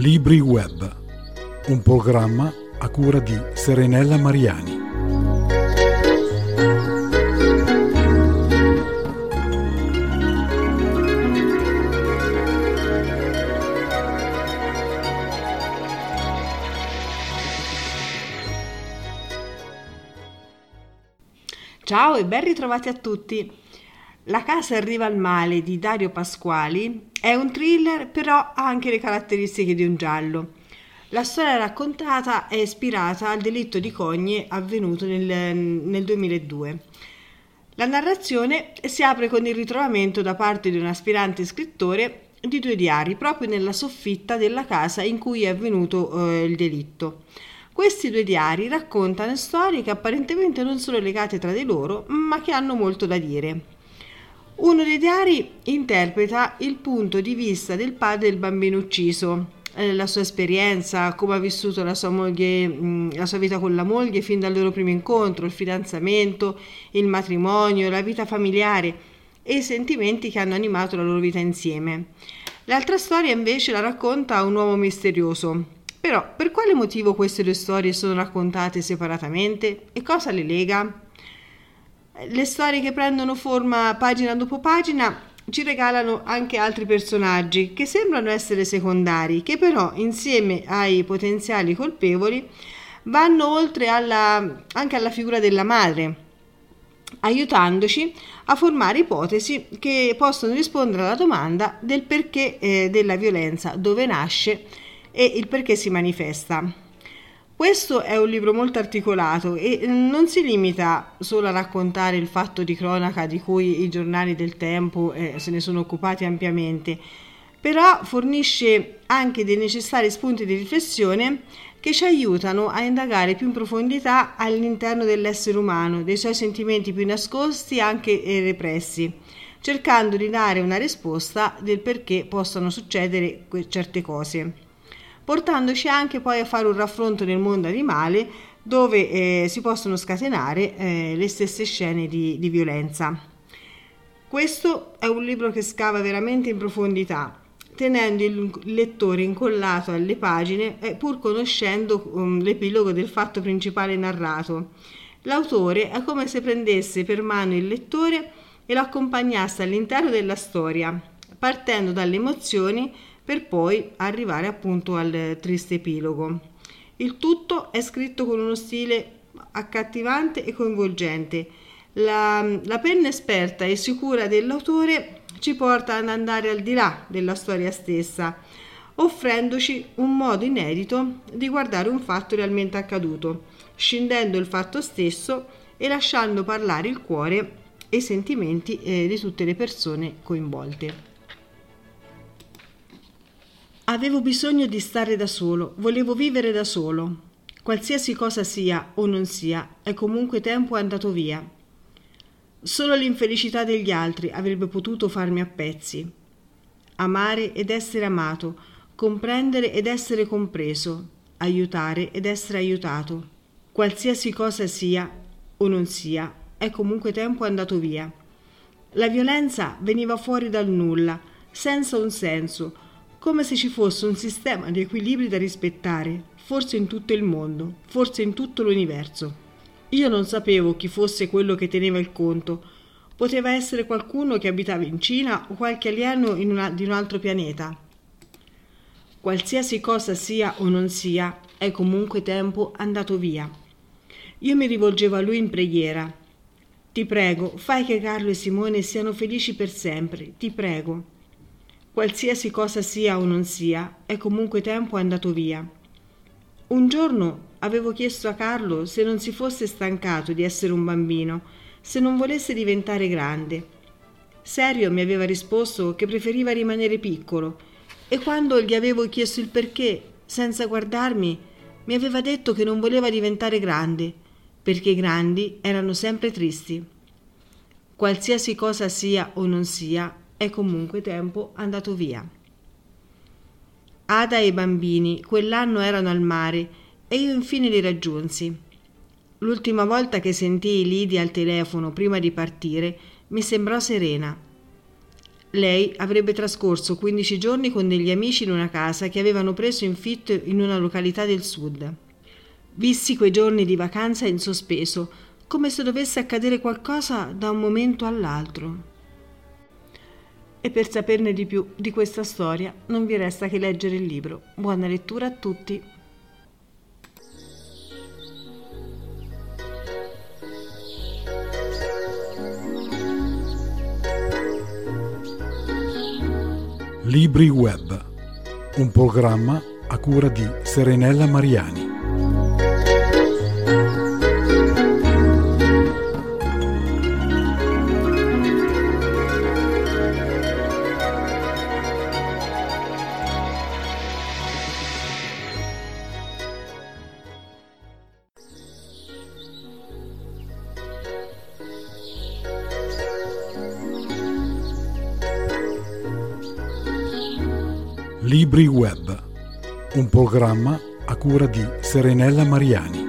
Libri Web, un programma a cura di Serenella Mariani. Ciao e ben ritrovati a tutti. La casa arriva al male di Dario Pasquali è un thriller, però ha anche le caratteristiche di un giallo. La storia raccontata è ispirata al delitto di Cogne avvenuto nel 2002. La narrazione si apre con il ritrovamento da parte di un aspirante scrittore di 2 diari proprio nella soffitta della casa in cui è avvenuto il delitto. Questi 2 diari raccontano storie che apparentemente non sono legate tra di loro, ma che hanno molto da dire. Uno dei diari interpreta il punto di vista del padre del bambino ucciso, la sua esperienza, come ha vissuto la sua vita con la moglie fin dal loro primo incontro, il fidanzamento, il matrimonio, la vita familiare e i sentimenti che hanno animato la loro vita insieme. L'altra storia invece la racconta un uomo misterioso. Però, per quale motivo queste 2 storie sono raccontate separatamente e cosa le lega? Le storie che prendono forma pagina dopo pagina ci regalano anche altri personaggi che sembrano essere secondari, che però insieme ai potenziali colpevoli vanno oltre anche alla figura della madre, aiutandoci a formare ipotesi che possono rispondere alla domanda del perché della violenza, dove nasce e il perché si manifesta. Questo è un libro molto articolato e non si limita solo a raccontare il fatto di cronaca di cui i giornali del tempo se ne sono occupati ampiamente, però fornisce anche dei necessari spunti di riflessione che ci aiutano a indagare più in profondità all'interno dell'essere umano, dei suoi sentimenti più nascosti anche repressi, cercando di dare una risposta del perché possano succedere certe cose, portandoci anche poi a fare un raffronto nel mondo animale dove si possono scatenare le stesse scene di violenza. Questo è un libro che scava veramente in profondità, tenendo il lettore incollato alle pagine pur conoscendo l'epilogo del fatto principale narrato. L'autore è come se prendesse per mano il lettore e lo accompagnasse all'interno della storia, partendo dalle emozioni per poi arrivare appunto al triste epilogo. Il tutto è scritto con uno stile accattivante e coinvolgente. La penna esperta e sicura dell'autore ci porta ad andare al di là della storia stessa, offrendoci un modo inedito di guardare un fatto realmente accaduto, scindendo il fatto stesso e lasciando parlare il cuore e i sentimenti di tutte le persone coinvolte. Avevo bisogno di stare da solo, volevo vivere da solo. Qualsiasi cosa sia o non sia, è comunque tempo andato via. Solo l'infelicità degli altri avrebbe potuto farmi a pezzi. Amare ed essere amato, comprendere ed essere compreso, aiutare ed essere aiutato. Qualsiasi cosa sia o non sia, è comunque tempo andato via. La violenza veniva fuori dal nulla, senza un senso, come se ci fosse un sistema di equilibri da rispettare, forse in tutto il mondo, forse in tutto l'universo. Io non sapevo chi fosse quello che teneva il conto. Poteva essere qualcuno che abitava in Cina o qualche alieno di un altro pianeta. Qualsiasi cosa sia o non sia, è comunque tempo andato via. Io mi rivolgevo a lui in preghiera. Ti prego, fai che Carlo e Simone siano felici per sempre, ti prego. Qualsiasi cosa sia o non sia, è comunque tempo andato via. Un giorno avevo chiesto a Carlo se non si fosse stancato di essere un bambino, se non volesse diventare grande. Serio mi aveva risposto che preferiva rimanere piccolo e quando gli avevo chiesto il perché, senza guardarmi, mi aveva detto che non voleva diventare grande, perché i grandi erano sempre tristi. Qualsiasi cosa sia o non sia, è comunque tempo andato via. Ada e i bambini quell'anno erano al mare e io infine li raggiunsi. L'ultima volta che sentii Lidia al telefono prima di partire mi sembrò serena. Lei avrebbe trascorso 15 giorni con degli amici in una casa che avevano preso in fitto in una località del sud. Vissi quei giorni di vacanza in sospeso, come se dovesse accadere qualcosa da un momento all'altro. E per saperne di più di questa storia non vi resta che leggere il libro. Buona lettura a tutti! Libri Web, un programma a cura di Serenella Mariani. Libri Web, un programma a cura di Serenella Mariani.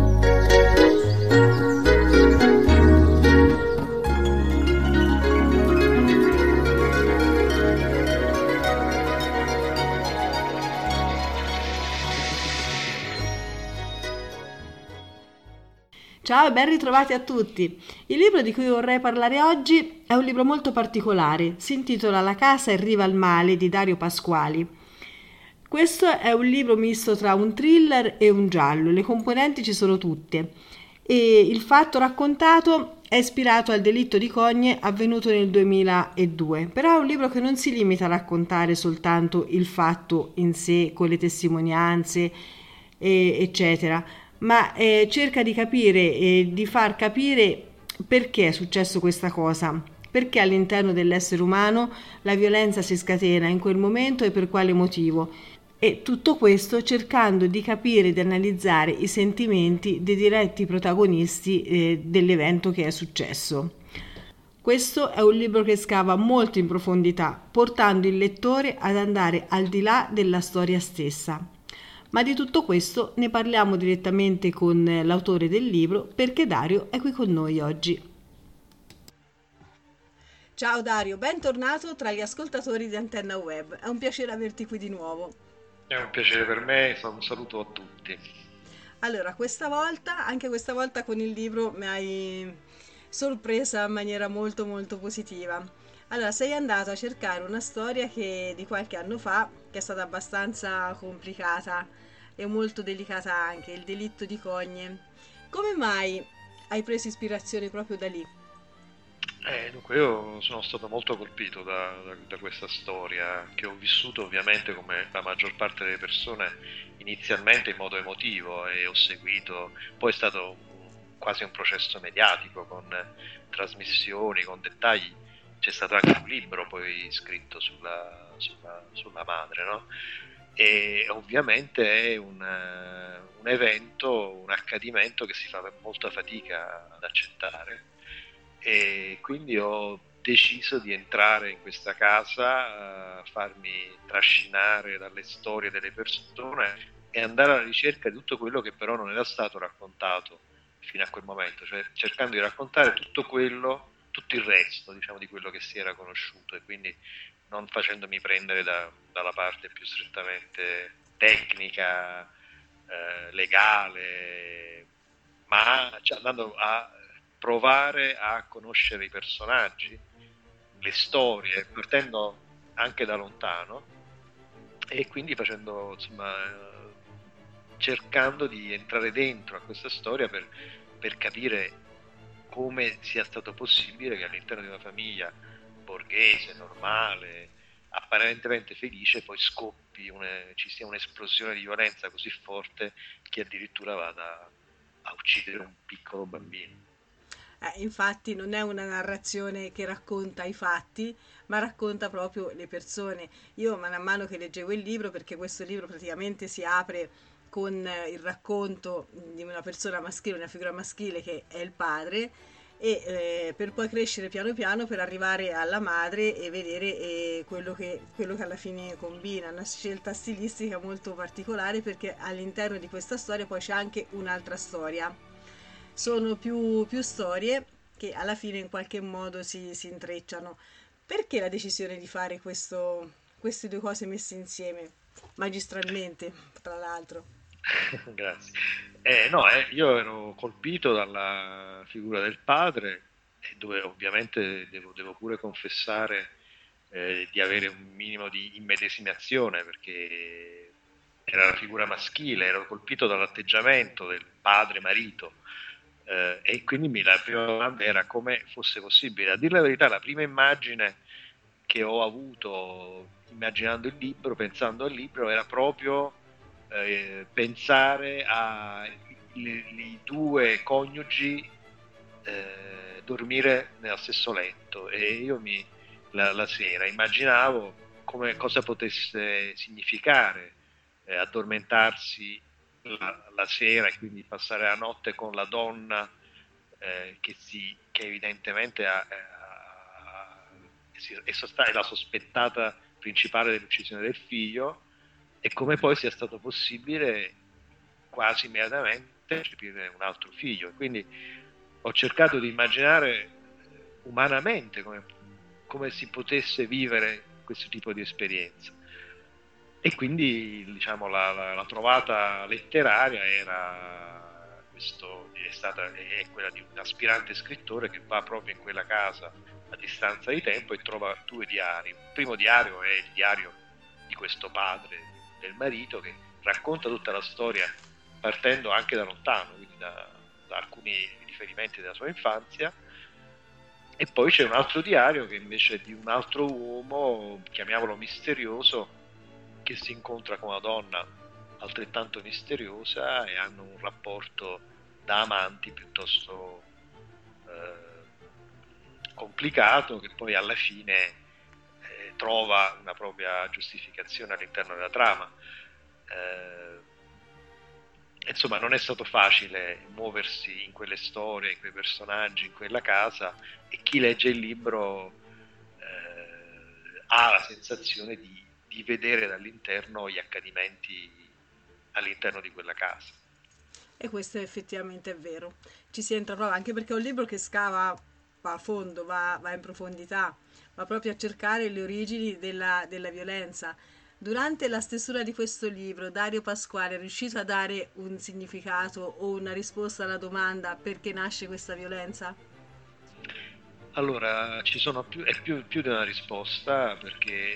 Ciao e ben ritrovati a tutti! Il libro di cui vorrei parlare oggi è un libro molto particolare, si intitola La casa arriva al male di Dario Pasquali. Questo è un libro misto tra un thriller e un giallo, le componenti ci sono tutte e il fatto raccontato è ispirato al delitto di Cogne avvenuto nel 2002, però è un libro che non si limita a raccontare soltanto il fatto in sé con le testimonianze eccetera, ma cerca di capire e di far capire perché è successo questa cosa, perché all'interno dell'essere umano la violenza si scatena in quel momento e per quale motivo. E tutto questo cercando di capire e di analizzare i sentimenti dei diretti protagonisti dell'evento che è successo. Questo è un libro che scava molto in profondità, portando il lettore ad andare al di là della storia stessa. Ma di tutto questo ne parliamo direttamente con l'autore del libro, perché Dario è qui con noi oggi. Ciao Dario, bentornato tra gli ascoltatori di Antenna Web. È un piacere averti qui di nuovo. È un piacere per me, un saluto a tutti. Allora, anche questa volta con il libro mi hai sorpresa in maniera molto molto positiva. Allora, sei andato a cercare una storia di qualche anno fa, che è stata abbastanza complicata e molto delicata anche, il delitto di Cogne. Come mai hai preso ispirazione proprio da lì? Dunque io sono stato molto colpito da questa storia che ho vissuto ovviamente come la maggior parte delle persone inizialmente in modo emotivo e ho seguito, poi è stato quasi un processo mediatico con trasmissioni, con dettagli, c'è stato anche un libro poi scritto sulla madre, no? E ovviamente è un evento, un accadimento che si fa molta fatica ad accettare. E quindi ho deciso di entrare in questa casa, farmi trascinare dalle storie delle persone e andare alla ricerca di tutto quello che però non era stato raccontato fino a quel momento, cioè cercando di raccontare tutto il resto, diciamo, di quello che si era conosciuto e quindi non facendomi prendere dalla parte più strettamente tecnica, legale, ma andando a provare a conoscere i personaggi, le storie, partendo anche da lontano e quindi facendo, insomma, cercando di entrare dentro a questa storia per capire come sia stato possibile che all'interno di una famiglia borghese, normale, apparentemente felice, poi ci sia un'esplosione di violenza così forte che addirittura vada a uccidere un piccolo bambino. Infatti non è una narrazione che racconta i fatti, ma racconta proprio le persone. Io man mano che leggevo il libro, perché questo libro praticamente si apre con il racconto di una persona maschile, una figura maschile che è il padre, e per poi crescere piano piano per arrivare alla madre e vedere quello che alla fine combina. Una scelta stilistica molto particolare, perché all'interno di questa storia poi c'è anche un'altra storia. Sono più storie che alla fine in qualche modo si intrecciano. Perché la decisione di fare queste due cose messe insieme, magistralmente, tra l'altro? Grazie. No, io ero colpito dalla figura del padre, e dove ovviamente devo pure confessare di avere un minimo di immedesimazione, perché era la figura maschile, ero colpito dall'atteggiamento del padre marito, e quindi la prima domanda era come fosse possibile. A dire la verità, la prima immagine che ho avuto immaginando il libro, pensando al libro, era proprio pensare ai due coniugi dormire nello stesso letto, e io la sera immaginavo cosa potesse significare addormentarsi la sera e quindi passare la notte con la donna che evidentemente è la sospettata principale dell'uccisione del figlio, e come poi sia stato possibile quasi immediatamente concepire un altro figlio. Quindi ho cercato di immaginare umanamente come si potesse vivere questo tipo di esperienza. E quindi diciamo la trovata letteraria è quella di un aspirante scrittore che va proprio in quella casa a distanza di tempo e trova due diari. Il primo diario è il diario di questo padre del marito, che racconta tutta la storia partendo anche da lontano, quindi da alcuni riferimenti della sua infanzia. E poi c'è un altro diario che invece è di un altro uomo, chiamiamolo misterioso, che si incontra con una donna altrettanto misteriosa e hanno un rapporto da amanti piuttosto complicato, che poi alla fine trova una propria giustificazione all'interno della trama. Insomma, non è stato facile muoversi in quelle storie, in quei personaggi, in quella casa, e chi legge il libro ha la sensazione di vedere dall'interno gli accadimenti all'interno di quella casa. E questo effettivamente è vero. Ci si entra proprio, anche perché è un libro che va a fondo, va in profondità, va proprio a cercare le origini della violenza. Durante la stesura di questo libro, Dario Pasquale è riuscito a dare un significato o una risposta alla domanda perché nasce questa violenza? Allora, è più di una risposta, perché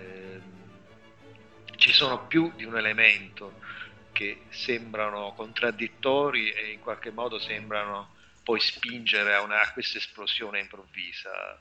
ci sono più di un elemento che sembrano contraddittori e in qualche modo sembrano poi spingere a questa esplosione improvvisa.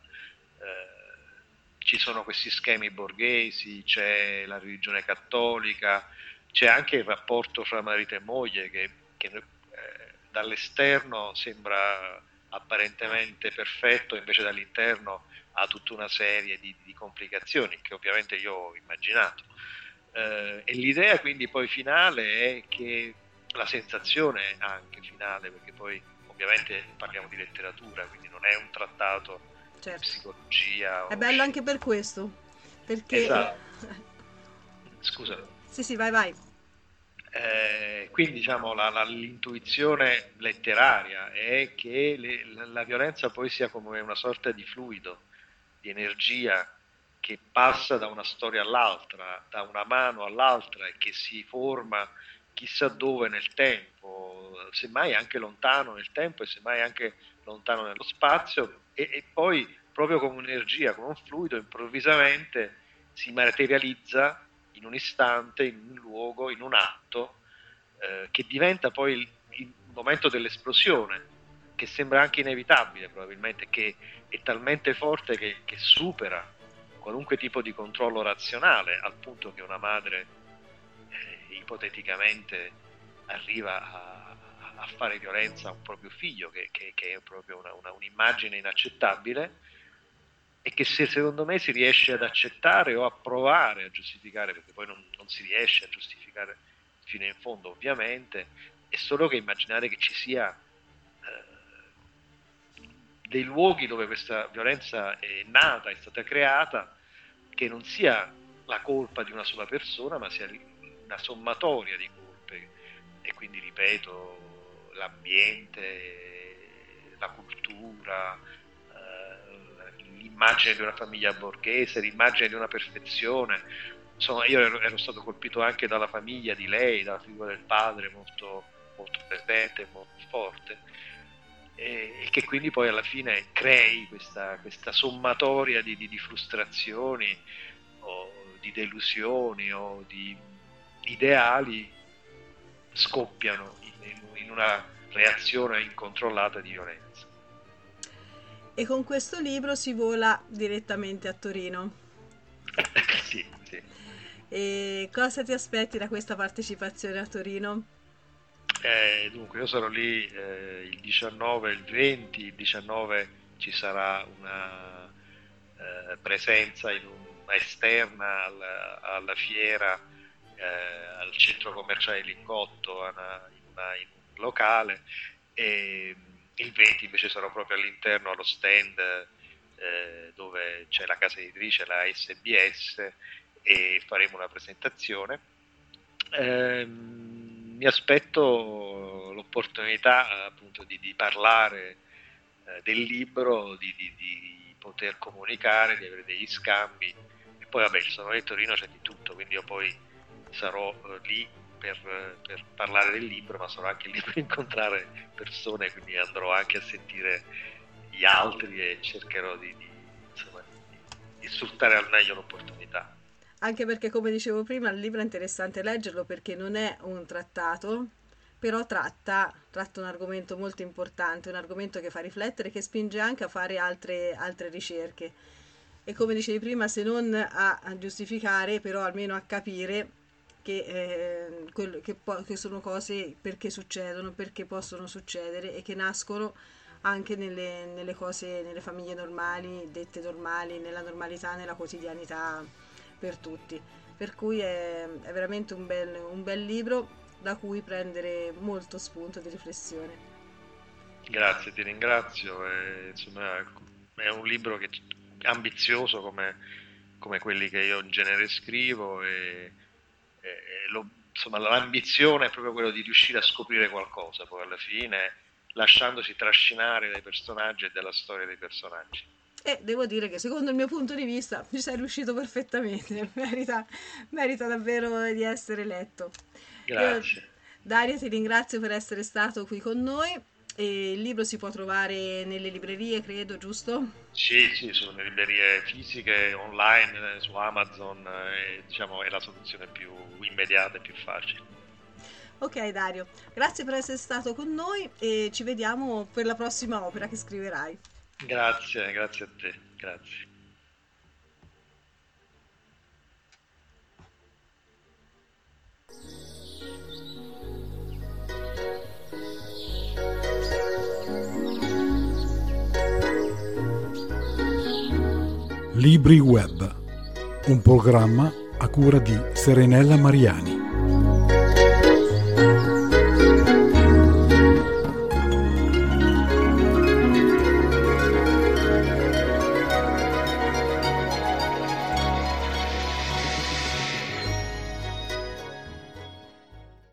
Ci sono questi schemi borghesi, c'è la religione cattolica, c'è anche il rapporto fra marito e moglie che dall'esterno sembra apparentemente perfetto, invece dall'interno ha tutta una serie di complicazioni che ovviamente io ho immaginato. E l'idea quindi poi finale è che la sensazione anche finale, perché poi ovviamente parliamo di letteratura, quindi non è un trattato di Certo. psicologia È o bello anche per questo, perché... esatto. Scusa. Sì, sì, vai, vai. Quindi diciamo l'intuizione letteraria è che la violenza poi sia come una sorta di fluido, di energia che passa da una storia all'altra, da una mano all'altra, e che si forma chissà dove nel tempo, semmai anche lontano nel tempo e semmai anche lontano nello spazio, e poi proprio come un'energia, come un fluido, improvvisamente si materializza in un istante, in un luogo, in un atto, che diventa poi il momento dell'esplosione, che sembra anche inevitabile probabilmente, che è talmente forte che supera qualunque tipo di controllo razionale, al punto che una madre ipoteticamente arriva a fare violenza a un proprio figlio, che è proprio un'immagine inaccettabile, e che secondo me si riesce ad accettare o a provare a giustificare, perché poi non si riesce a giustificare fino in fondo ovviamente, è solo che immaginare che ci sia dei luoghi dove questa violenza è nata, è stata creata, che non sia la colpa di una sola persona, ma sia una sommatoria di colpe. E quindi ripeto, l'ambiente, la cultura, l'immagine di una famiglia borghese, l'immagine di una perfezione. Insomma, io ero stato colpito anche dalla famiglia di lei, dalla figura del padre molto, molto presente, molto forte, e che quindi poi alla fine crei questa sommatoria di frustrazioni o di delusioni o di ideali scoppiano in una reazione incontrollata di violenza. E con questo libro si vola direttamente a Torino. Sì, sì. E cosa ti aspetti da questa partecipazione a Torino? Dunque io sarò lì il 19 e il 20. Il 19 ci sarà una presenza esterna alla fiera, al centro commerciale Lingotto, in un locale, e il 20 invece sarò proprio all'interno, allo stand dove c'è la casa editrice, la SBS, e faremo una presentazione. Mi aspetto l'opportunità appunto di parlare del libro, di poter comunicare, di avere degli scambi, e poi vabbè, il Salone di Torino c'è di tutto, quindi io poi sarò lì per parlare del libro, ma sarò anche lì per incontrare persone, quindi andrò anche a sentire gli altri e cercherò di sfruttare al meglio l'opportunità. Anche perché, come dicevo prima, il libro è interessante leggerlo perché non è un trattato, però tratta un argomento molto importante, un argomento che fa riflettere, che spinge anche a fare altre ricerche. E come dicevi prima, se non a giustificare, però almeno a capire che sono cose perché succedono, perché possono succedere e che nascono anche nelle cose, nelle famiglie normali, dette normali, nella normalità, nella quotidianità per tutti. Per cui è veramente un bel libro da cui prendere molto spunto di riflessione. Grazie, ti ringrazio. Insomma, è un libro che è ambizioso come quelli che io in genere scrivo, insomma, l'ambizione è proprio quello di riuscire a scoprire qualcosa poi alla fine, lasciandosi trascinare dai personaggi e dalla storia dei personaggi. E devo dire che secondo il mio punto di vista ci sei riuscito perfettamente, merita davvero di essere letto. Grazie. Dario, ti ringrazio per essere stato qui con noi. E il libro si può trovare nelle librerie, credo, giusto? Sì, sono le librerie fisiche, online, su Amazon, diciamo è la soluzione più immediata e più facile. Ok Dario, grazie per essere stato con noi e ci vediamo per la prossima opera che scriverai. Grazie a te, grazie. Libri Web, un programma a cura di Serenella Mariani.